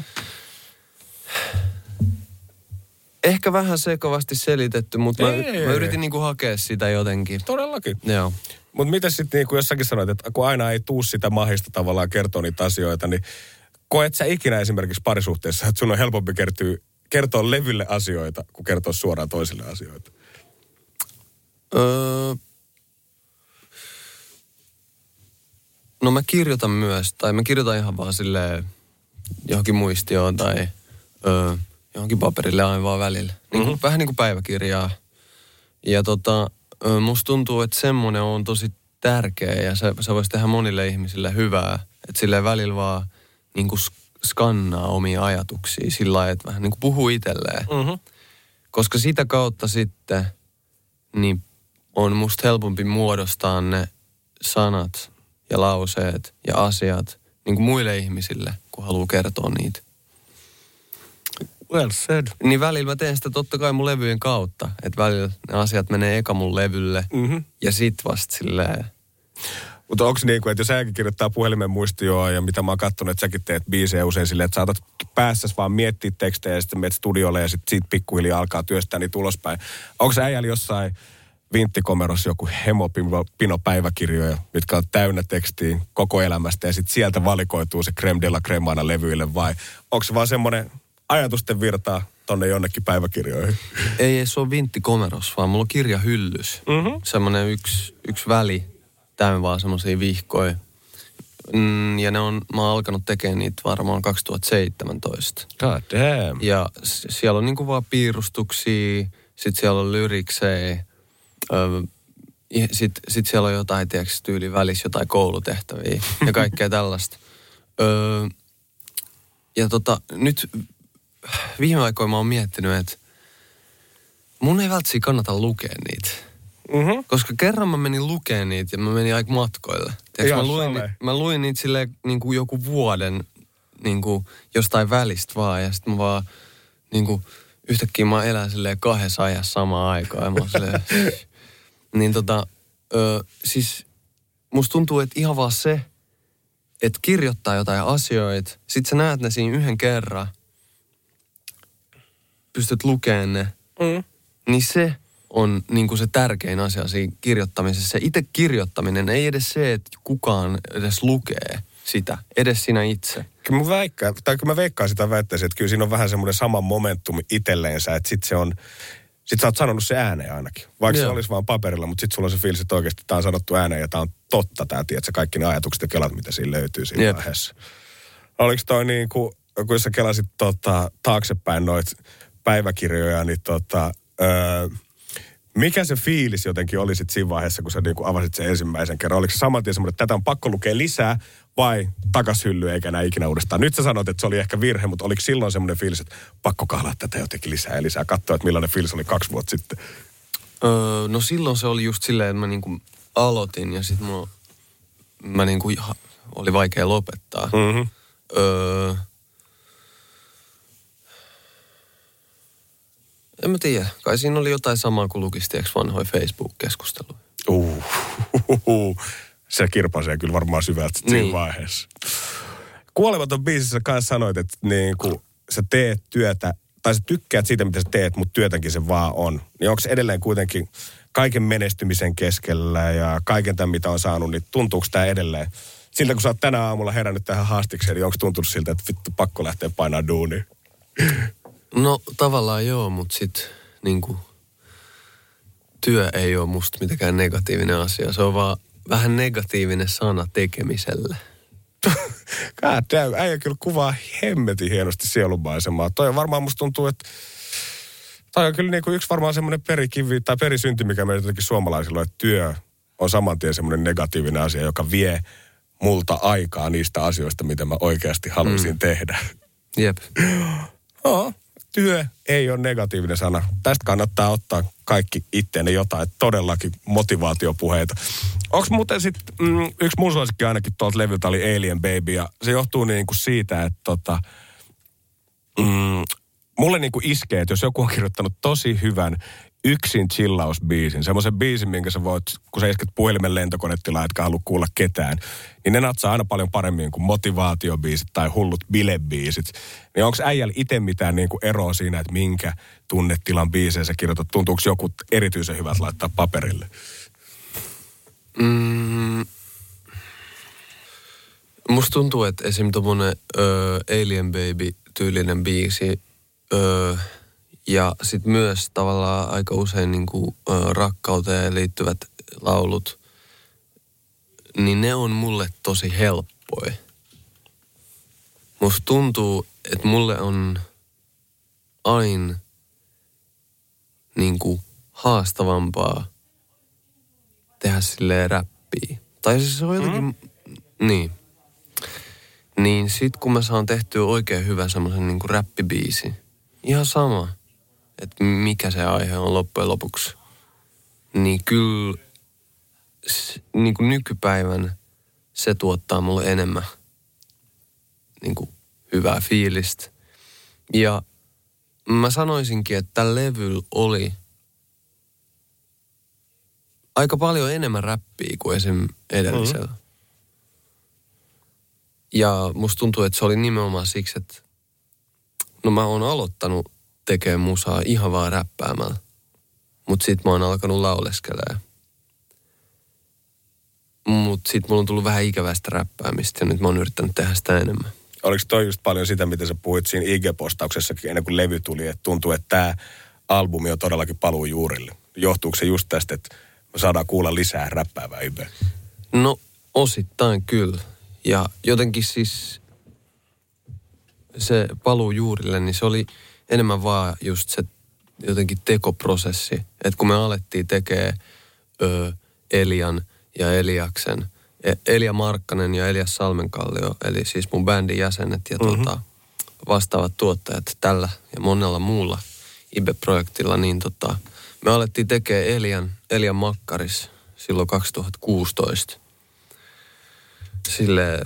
ehkä vähän sekavasti selitetty, mutta mä yritin niin kuin hakea sitä jotenkin. Todellakin. Joo. Mutta mitä sitten, niin kuin jossakin sanoit, että kun aina ei tuu sitä mahista tavallaan kertoa niitä asioita, niin koet sä ikinä esimerkiksi parisuhteessa, että sun on helpompi kertoa levylle asioita, kuin kertoa suoraan toisille asioita? No mä kirjoitan myös, tai mä kirjoitan ihan vaan silleen johonkin muistioon tai johonkin paperille aina vaan välillä. Vähän niin kuin päiväkirjaa. Ja musta tuntuu, että semmoinen on tosi tärkeä ja se voisi tehdä monille ihmisille hyvää. Että silleen välillä vaan niin kuin skannaa omia ajatuksia sillä lailla, että vähän niin kuin puhuu itselleen. Koska sitä kautta sitten niin on musta helpompi muodostaa ne sanat ja lauseet ja asiat niin kuin muille ihmisille, kun haluaa kertoa niitä. Well said. Niin välillä mä teen sitä totta kai mun levyjen kautta. Että välillä ne asiat menee eka mun levylle ja sit vasta silleen. Mutta onko niin kuin, että jos säkin kirjoittaa puhelimen muistioa ja mitä mä oon katsonut, että säkin teet biisejä usein silleen, että saatat päässäsi vaan miettiä tekstejä ja sitten menet studiolle ja sitten siitä pikkuhiljaa alkaa työstää niitä ulospäin. Onko sä äijällä jossain vinttikomerossa joku hemopino-päiväkirjoja, mitkä on täynnä tekstiä koko elämästä ja sitten sieltä valikoituu se crème de la crème aina levyille vai onko se vaan semmoinen ajatusten virtaa tonne jonnekin päiväkirjoihin? Ei se ole vinttikomeros, vaan mulla on kirjahyllys. Semmoinen yksi väli. Täynnä vaan semmosia vihkoja. Ja mä oon alkanut tekemään niitä varmaan 2017. God damn. Ja siellä on niinku vaan piirustuksia, sit siellä on lyriksejä, sit siellä on jotain, tiedätkö, tyyli välissä jotain koulutehtäviä ja kaikkea tällaista. Ja nyt viime aikoina mä oon miettinyt, että mun ei välttämättä kannata lukea niitä. Koska kerran mä menin lukemaan niitä ja mä menin aika matkoille. Mä luin niitä silleen niin kuin joku vuoden niin kuin jostain välistä vaan. Ja sit mä vaan niin kuin yhtäkkiä mä elän silleen 2 ajassa samaan aikaan. Ja mä oon silleen, niin siis musta tuntuu, että ihan vaan se, että kirjoittaa jotain asioita. Sit sä näet ne siinä yhden kerran. Pystyt lukemaan ne. Niin se on niin kuin se tärkein asia siinä kirjoittamisessa. Se itse kirjoittaminen ei edes se, että kukaan edes lukee sitä, edes sinä itse. Kyllä mä veikkaan sitä väittäisin, että kyllä siinä on vähän semmoinen sama momentum itselleensä, että sit sä oot sanonut se ääneen ainakin. Vaikka se olisi vaan paperilla, mutta sit sulla on se fiilis, että oikeasti tää on sanottu ääneen ja tää on totta, tää tiedät sä kaikki ne ajatukset ja kelat, mitä siinä löytyy siinä vaiheessa. Oliko toi niin kuin, kun sä kelasit taaksepäin noit päiväkirjoja, niin mikä se fiilis jotenkin oli sit siinä vaiheessa, kun sä niinku avasit sen ensimmäisen kerran? Oliko se saman tien semmoinen, että tätä on pakko lukea lisää vai takas hylly eikä enää ikinä uudestaan? Nyt sä sanoit, että se oli ehkä virhe, mutta oliko silloin semmoinen fiilis, että pakko kahlaa tätä jotenkin lisää ja lisää? Katsoa, että millainen fiilis oli 2 vuotta sitten. No silloin se oli just silleen, että mä niinku aloitin ja sit mä niinku oli vaikea lopettaa. En mä tiedä. Kai siinä oli jotain samaa kuin lukisi vanhoja Facebook-keskusteluja. Se kirpaisee kyllä varmaan syvältä siinä vaiheessa. Kuolematon biisissä kanssa sanoit, että niin kun sä teet työtä, tai sä tykkäät siitä, mitä sä teet, mutta työtäkin se vaan on. Niin onko se edelleen kuitenkin kaiken menestymisen keskellä ja kaiken tämän, mitä on saanut, niin tuntuuko tämä edelleen? Siltä, kun sä oot tänä aamulla herännyt tähän haastikseen, niin onko tuntunut siltä, että vittu pakko lähteä painaa duunia? No tavallaan joo, mutta sit niinku työ ei ole musta mitenkään negatiivinen asia. Se on vaan vähän negatiivinen sana tekemiselle. God damn, äijä kyllä kuvaa hemmetin hienosti sielunmaisemaa. Toi on varmaan musta tuntuu, että toi on kyllä niinku yksi varmaan semmoinen perikivi tai perisynti, mikä meillä jotenkin suomalaisilla on, että työ on saman tien semmoinen negatiivinen asia, joka vie multa aikaa niistä asioista, mitä mä oikeasti haluaisin tehdä. Jep. Työ ei ole negatiivinen sana. Tästä kannattaa ottaa kaikki itteenne jotain, todellakin motivaatiopuheita. Onko muuten sitten, yksi mun suosikki ainakin tuolta levyltä oli Alien Baby, ja se johtuu niinku siitä, että mulle niinku iskee, että jos joku on kirjoittanut tosi hyvän yksin chillausbiisin, semmoisen biisin, minkä sä voit, kun sä isket puhelimen lentokonettilaa, etkä halua kuulla ketään, niin ne natsaa aina paljon paremmin kuin motivaatiobiisit tai hullut bilebiisit. Niin onko äijällä itse mitään niinku eroa siinä, että minkä tunnetilan biisejä sä kirjoitat? Tuntuuko joku erityisen hyvät laittaa paperille? Musta tuntuu, että esim. Tommonen Alien Baby-tyylinen biisi ja sit myös tavallaan aika usein niinku rakkauteen liittyvät laulut, niin ne on mulle tosi helppoja. Musta tuntuu, että mulle on aina niinku haastavampaa tehdä silleen räppiä. Tai siis se on jotenkin, niin sit kun mä saan tehtyä oikein hyvän semmoisen niinku räppibiisi, ihan sama, että mikä se aihe on loppujen lopuksi, niin kyllä niin kuin nykypäivän se tuottaa mulle enemmän niin kuin hyvää fiilistä. Ja mä sanoisinkin, että tällä levyllä oli aika paljon enemmän räppiä kuin esim. Edellisellä. Ja musta tuntuu, että se oli nimenomaan siksi, että mä oon aloittanut tekemään musaa ihan vaan räppäämällä. Mutta sit mä oon alkanut lauleskelemaan. Mutta sit mulla on tullut vähän ikävästä räppäämistä ja nyt mä oon yrittänyt tehdä sitä enemmän. Oliko toi just paljon sitä, mitä sä puhuit siinä IG-postauksessakin ennen kuin levy tuli, että tuntuu, että tää albumi on todellakin paluu juurille? Johtuuko se just tästä, että me saadaan kuulla lisää räppäävää Ibe? No osittain kyllä. Ja jotenkin siis se paluu juurille, niin se oli enemmän vaan just se jotenkin tekoprosessi. Että kun me alettiin tekemään Elian ja Eliaksen, Elia Markkanen ja Elias Salmenkallio, eli siis mun bändin jäsenet ja vastaavat tuottajat tällä ja monella muulla Ibe-projektilla, niin me alettiin tekemään Elian Makkaris silloin 2016. Silleen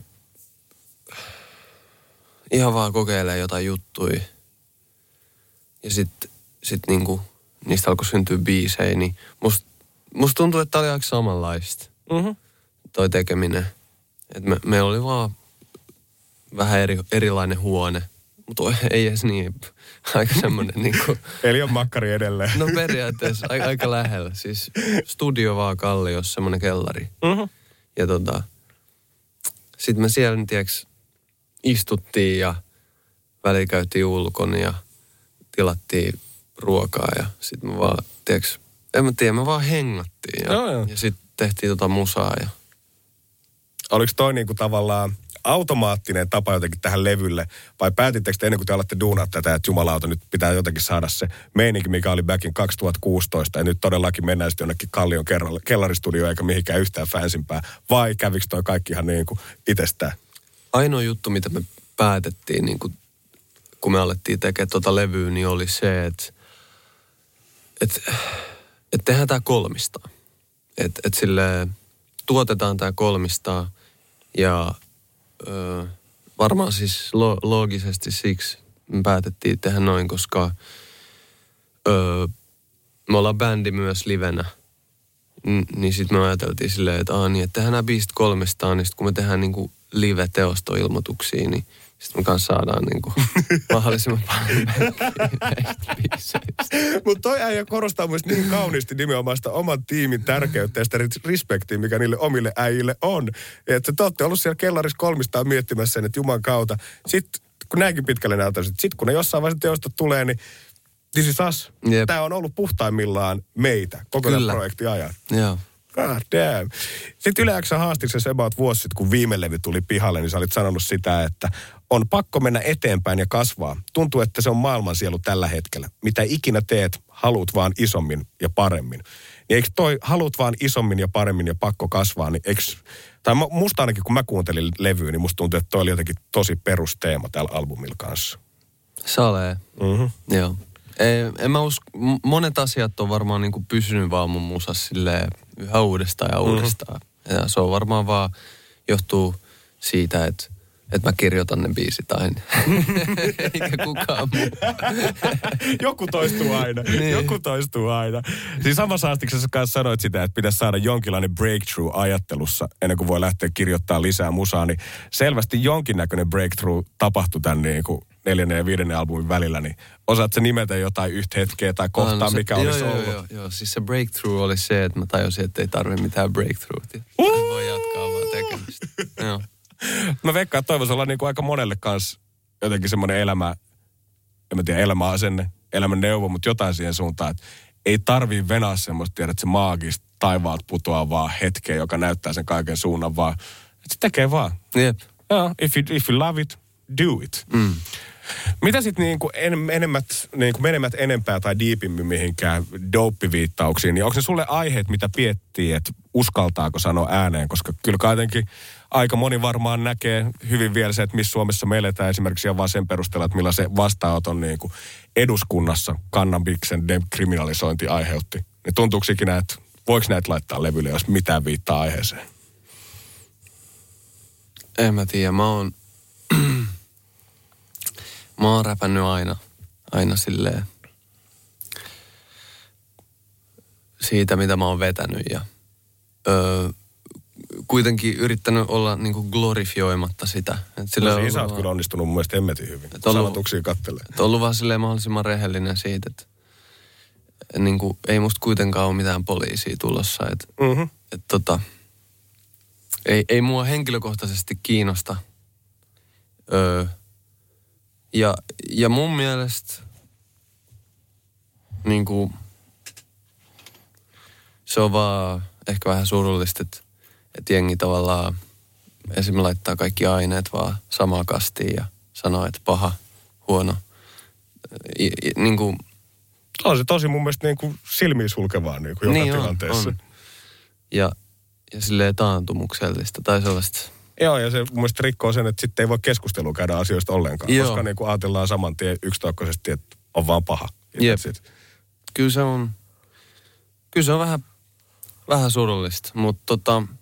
ihan vaan kokeilee jotain juttuja. Ja sit niinku niistä alkoi syntyä biisejä, niin musta tuntuu, että tää oli aika samanlaista. Toi tekeminen. Että meillä oli vaan vähän erilainen huone. Mutta ei edes niin, aika semmoinen niinku... Eli on makkari edelleen. No periaatteessa aika lähellä. Siis studio vaan Kalliossa, semmoinen kellari. Ja sitten me siellä, tiiäks, istuttiin ja välillä käytiin ulkona ja tilattiin ruokaa ja sitten me vaan, tiiäks, en mä tiedä, me vaan hengattiin ja sitten tehtiin musaa ja... Oliko toi niinku tavallaan automaattinen tapa jotenkin tähän levylle, vai päätittekö te ennen kuin te alatte duunaa tätä, että jumalauta, nyt pitää jotenkin saada se meininki, mikä oli back in 2016, ja nyt todellakin mennään sitten jonnekin Kallion kellaristudioon, eikä mihinkään yhtään fansimpää, vai kävikö toi kaikki ihan niin kuin itsestään? Ainoa juttu, mitä me päätettiin, niin kuin, kun me alettiin tekemään levyä, niin oli se, että tehdään tämä kolmistaan. Että silleen tuotetaan tämä kolmistaan, ja varmaan siis loogisesti siksi me päätettiin tehdä noin, koska me ollaan bändi myös livenä. Niin sitten me ajateltiin silleen, että että tehdään nämä biisit kolmestaan, niin sitten kun me tehdään niinku live-teostoilmoituksia, niin sitten me kanssa saadaan niinku mahdollisimman paljon näistä biiseistä. Mutta toi äijä korostaa myös niin kauniisti nimenomaan sitä oman tiimin tärkeyttä ja sitä respektiä, mikä niille omille äijille on. Että te olette ollut siellä kellarissa kolmistaan miettimässä sen, että juman kautta. Sitten kun näinkin pitkälle näyttäisi, että sitten kun ne jossain vaiheessa teosta tulee, niin this is us. Tämä on ollut puhtaimmillaan meitä koko tämän projektin ajan. Joo. God damn. Sitten Yle X haastiksi se about vuosi sitten, kun viime levy tuli pihalle, niin sä olit sanonut sitä, että on pakko mennä eteenpäin ja kasvaa. Tuntuu, että se on maailmansielu tällä hetkellä. Mitä ikinä teet, haluat vaan isommin ja paremmin. Niin eikö toi haluat vaan isommin ja paremmin ja pakko kasvaa, niin eikö, tai musta ainakin kun mä kuuntelin levyä, niin musta tuntuu, että toi oli jotenkin tosi perusteema tällä albumilla kanssa. Salee. Joo. En mä monet asiat on varmaan niinku pysynyt vaan mun musassa silleen yhä uudestaan ja uudestaan. Ja se on varmaan vaan johtuu siitä, että mä kirjoitan ne biisit aina. Eikä kukaan muu. Joku toistuu aina. Niin. Joku toistuu aina. Siis samassa haastiksessa kanssa sanoit sitä, että pitäisi saada jonkinlainen breakthrough ajattelussa ennen kuin voi lähteä kirjoittamaan lisää musaa. Niin selvästi jonkinnäköinen breakthrough tapahtui tämän niin kuin 4. ja 5. albumin välillä. Niin osaatko nimetä jotain yhtä hetkeä tai kohtaa, mikä olisi ollut? Joo. Siis se breakthrough oli se, että mä tajusin, että ei tarvitse mitään breakthroughia. Voi jatkaa vaan tekemistä. Joo. Mä veikkaan, että toivoisi olla niin kuin aika monelle kanssa jotenkin semmoinen elämäasenne, elämän neuvo, mutta jotain siihen suuntaan, että ei tarvii venaa semmoista, tiedä, että se maagista taivaalta putoaa vaan hetkeä, joka näyttää sen kaiken suunnan vaan. Että se tekee vaan. Jep. Joo, if you love it, do it. Mitä sitten niinku menemät enempää tai diipimmin mihinkään dope-viittauksiin, niin onko ne sulle aiheet, mitä piettii, että uskaltaako sanoa ääneen? Koska kyllä kuitenkin aika moni varmaan näkee hyvin vielä se, että missä Suomessa me eletään esimerkiksi ihan vaan sen perusteella, että millä se vastaanoton niinku eduskunnassa kannabiksen dekriminalisointi aiheutti. Niin tuntuuko ikinä, että voiko näitä laittaa levylle, jos mitään viittaa aiheeseen? En mä tiedä, mä oon räpännyt aina silleen siitä, mitä mä oon vetänyt ja kuitenkin yrittänyt olla niinku glorifioimatta sitä. Siinä sä oot kyllä onnistunut mun mielestä hemmetin hyvin. Sanotuksia kattelee. On ollut vaan silleen mahdollisimman rehellinen siitä, että niinku, ei musta kuitenkaan ole mitään poliisia tulossa. Ei mua henkilökohtaisesti kiinnosta. Ja mun mielestä niinku, se on vaan ehkä vähän surullista, että jengi tavallaan esimerkiksi laittaa kaikki aineet vaan samaan kastiin ja sanoo, että paha, huono. Niinku, on se tosi mun mielestä niinku silmiin sulkevaa niinku joka tilanteessa. On. Ja silleen taantumuksellista tai sellaista. Joo, ja se mun mielestä rikkoo sen, että sitten ei voi keskustelua käydä asioista ollenkaan. Joo. Koska niinku ajatellaan saman tien yksitoikkoisesti, että on vaan paha. Jep. Kyllä se on vähän surullista, mutta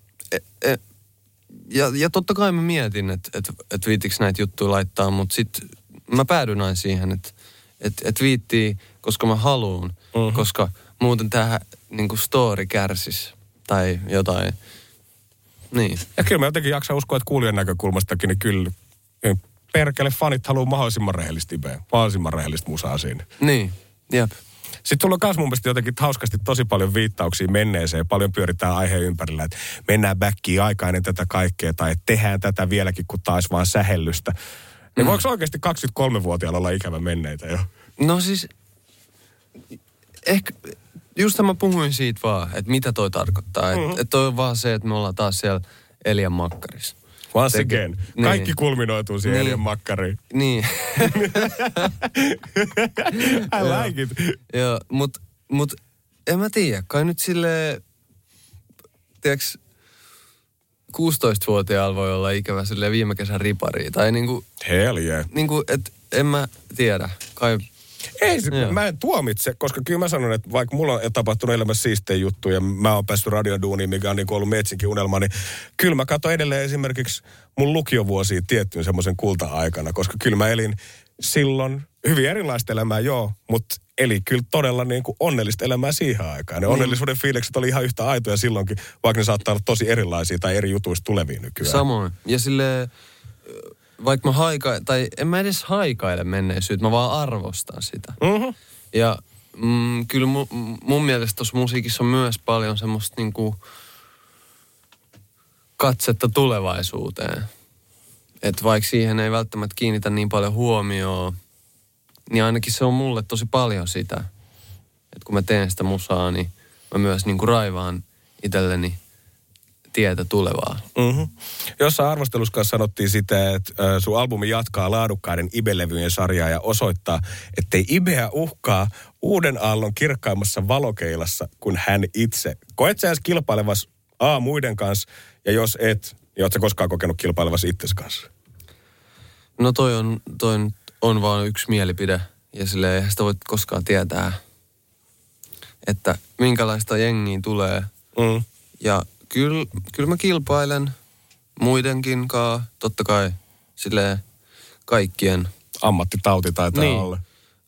ja totta kai mä mietin, että viittikö näitä juttuja laittaa, mutta sitten mä päädyin aina siihen, että viittii, koska mä haluun, koska muuten tähän niinku story kärsisi tai jotain. Niin. Ja kyllä mä jotenkin jaksan uskoa, että kuulijan näkökulmastakin, niin kyllä perkele fanit haluaa mahdollisimman rehellistä ibeä, mahdollisimman rehellistä musaa siinä. Niin, jep. Sitten sulla on myös mun mielestä jotenkin hauskasti tosi paljon viittauksia menneeseen ja paljon pyöritään aiheen ympärillä, että mennään backiin aikaa ennen tätä kaikkea tai että tehdään tätä vieläkin, kun taas vaan sähellystä. Niin voiko oikeasti 23-vuotiaalla olla ikävä menneitä jo? No siis, ehkä just mä puhuin siitä vaan, että mitä toi tarkoittaa. Että toi on vaan se, että me ollaan taas siellä Elian makkarissa. Once again. Kaikki kulminoituu siihen Elian makkariin. Niin. I like it. Joo, mut en mä tiedä. Kai nyt silleen, tiiäks, 16-vuotiaalla voi olla ikävä silleen viime kesän ripariin. Tai niinku... Hell yeah. Niinku, et en mä tiedä. Kai... Ei, mä en tuomitse, koska kyllä mä sanon, että vaikka mulla on tapahtunut elämässä siistejä juttuja ja mä oon päässyt radioduuniin, mikä on niin ollut Metsinkin unelma, niin kyllä mä katson edelleen esimerkiksi mun lukiovuosia tiettyyn semmoisen kulta-aikana, koska kyllä mä elin silloin hyvin erilaista elämää, joo, mutta eli kyllä todella niin kuin onnellista elämää siihen aikaan. Ne onnellisuuden fiilikset oli ihan yhtä aitoja silloinkin, vaikka ne saattaa olla tosi erilaisia tai eri jutuista tuleviin nykyään. Samoin. Ja silleen... Vaikka mä en mä edes haikaile menneisyyttä, mä vaan arvostan sitä. Ja kyllä mun mielestä tuossa musiikissa on myös paljon semmoista niinku katsetta tulevaisuuteen. Että vaikka siihen ei välttämättä kiinnitä niin paljon huomioon, niin ainakin se on mulle tosi paljon sitä. Että kun mä teen sitä musaa, niin mä myös niinku raivaan itselleni tietä tulevaa. Mm-hmm. Jossain arvostelussa sanottiin sitä, että sun albumi jatkaa laadukkaiden Ibe-levyjen sarjaa ja osoittaa, ettei Ibeä uhkaa uuden aallon kirkkaimmassa valokeilassa kuin hän itse. Koet sä edes kilpailevas muiden kanssa, ja jos et, niin oot sä koskaan kokenut kilpailevas itses kanssa? No toi on vaan yksi mielipide, ja silleen eihän sitä voi koskaan tietää, että minkälaista jengiä tulee. Ja kyllä mä kilpailen muidenkin kanssa, totta kai silleen kaikkien. Ammattitauti taitaa olla.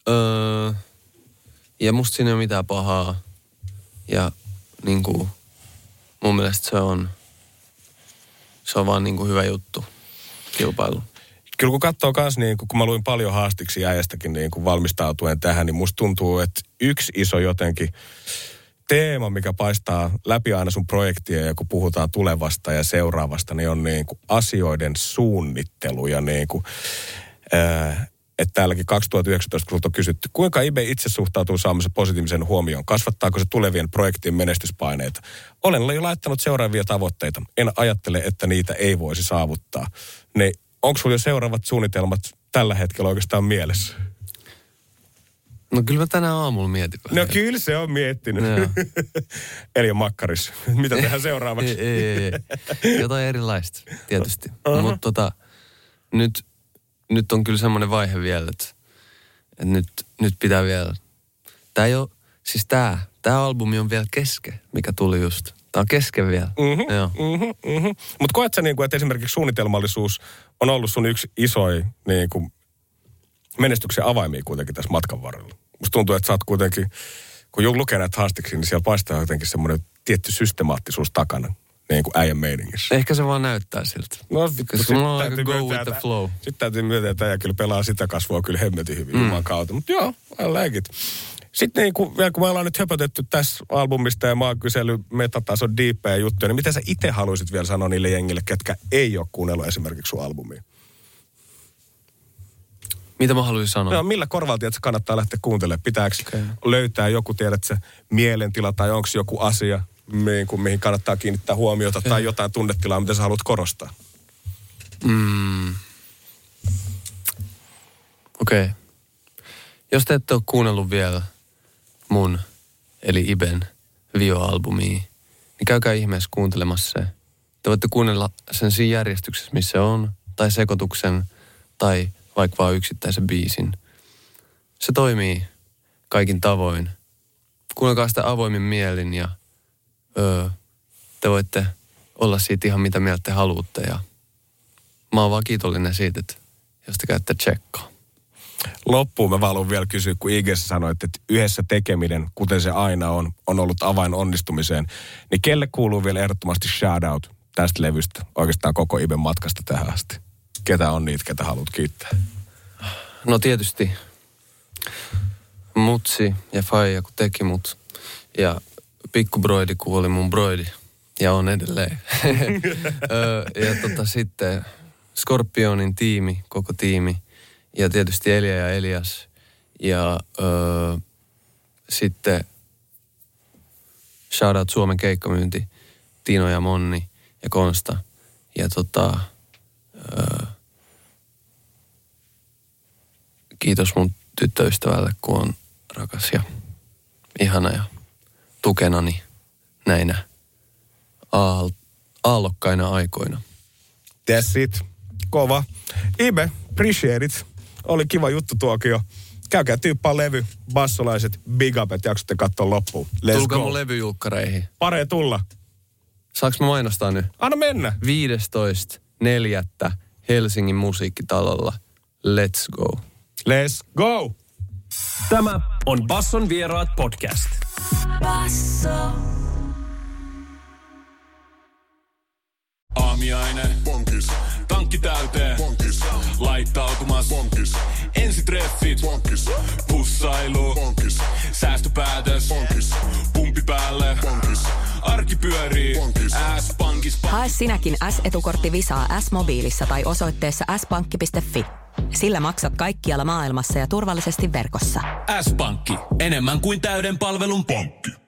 Ja musta siinä ei ole mitään pahaa. Ja niinku mun mielestä se on vaan niinku hyvä juttu, kilpailu. Kyllä kun katsoo kans, niin kun mä luin paljon haastiksi äijästäkin niin kun valmistautuen tähän, niin musta tuntuu, että yksi iso jotenkin teema, mikä paistaa läpi aina sun projektia, ja kun puhutaan tulevasta ja seuraavasta, niin on niin kuin asioiden suunnittelu. Ja niin kuin, että täälläkin 2019, kun sulta on kysytty, kuinka Ibe itse suhtautuu saamansa positiivisen huomioon? Kasvattaako se tulevien projektien menestyspaineita? Olen jo laittanut seuraavia tavoitteita. En ajattele, että niitä ei voisi saavuttaa. Niin onko sulla jo seuraavat suunnitelmat tällä hetkellä oikeastaan mielessä? No kyllä mä tänään aamulla mietin. No kyllä se on miettinyt. Eli on makkaris. Mitä tehdään seuraavaksi? ei. Jotain erilaista, tietysti. Mutta nyt on kyllä semmoinen vaihe vielä, että nyt pitää vielä. Tää ei ole, siis tää albumi on vielä kesken, mikä tuli just. Tää on kesken vielä. Mutta koet sä niinku, että esimerkiksi suunnitelmallisuus on ollut sun yksi isoin niinku menestyksen avaimia kuitenkin tässä matkan varrella? Musta tuntuu, että sä oot kuitenkin, kun lukee näitä haastiksi, niin siellä paistaa jotenkin semmoinen tietty systemaattisuus takana, niin kuin äijän meiningissä. Ehkä se vaan näyttää siltä. No vittu, sitten mulla on aika go with the flow. Sitten täytyy myöntää, että äijä kyllä pelaa sitä kasvua kyllä hemmetin hyvin juman kautta. Mutta joo, I like it. Sitten niin kun me ollaan nyt höpötetty tässä albumista ja mä oon kysellyt metatason diippejä juttuja, niin mitä sä itse haluaisit vielä sanoa niille jengille, ketkä ei ole kuunnellut esimerkiksi sun albumia? Mitä mä haluaisin sanoa? No, millä korvalta että kannattaa lähteä kuuntelemaan? Pitääkö löytää joku, tiedätkö, mielentila tai onko joku asia, mihin kannattaa kiinnittää huomiota tai jotain tunnetilaa, mitä sä haluat korostaa? Okei. Jos te ette ole kuunnellut vielä mun, eli Iben Vio-albumia, niin käykää ihmeessä kuuntelemassa se. Te voitte kuunnella sen siinä järjestyksessä, missä se on, tai sekoituksen, tai vaikka vaan yksittäisen biisin. Se toimii kaikin tavoin. Kuunnelkaa sitä avoimin mielin ja te voitte olla siitä ihan mitä mieltä te haluatte. Ja mä oon vaan kiitollinen siitä, että jos te käytte tsekkaa. Loppuun mä haluan vielä kysyä, kun IG:ssä sanoit, että yhdessä tekeminen, kuten se aina on ollut avain onnistumiseen. Niin kelle kuuluu vielä ehdottomasti shoutout tästä levystä, oikeastaan koko Iben matkasta tähän asti? Ketä on niitä, ketä haluat kiittää? No tietysti mutsi ja faija, kun teki mut. Ja pikkubroidi, kun oli mun broidi. Ja on edelleen. Ja sitten Scorpionin tiimi, koko tiimi. Ja tietysti Elia ja Elias. Ja sitten shoutout Suomen keikkamyynti, Tino ja Monni ja Konsta. Ja kiitos mun tyttöystävälle, kun on rakas ja ihana ja tukenani näinä aallokkaina aikoina. That's it. Kova. Ibe, appreciate it. Oli kiva juttu tuokio. Käykää tyyppaa levy, bassolaiset, big up, että jaksotte katsoa loppuun. Let's Tulkaa go. mun levyjulkkareihin. Paree tulla. Saanko mä mainostaa nyt? Anna mennä. 15.4. Helsingin musiikkitalolla. Let's go. Let's go. Tämä on Basson vieraat podcast. Basso. Aamiainen. Bonkis. Tankki täyteen. Bonkis. Laittautumas. Bonkis. Ensitreffit. Bonkis. Pussailu. Bonkis. Säästöpäätös. Bonkis. Pumpi päälle. Bonkis. Arki pyörii. Bonkis. S-pankis. Hae sinäkin S-etukortti Visaa S-mobiilissa tai osoitteessa s-pankki.fi. Sillä maksat kaikkialla maailmassa ja turvallisesti verkossa. S-pankki. Enemmän kuin täyden palvelun pankki.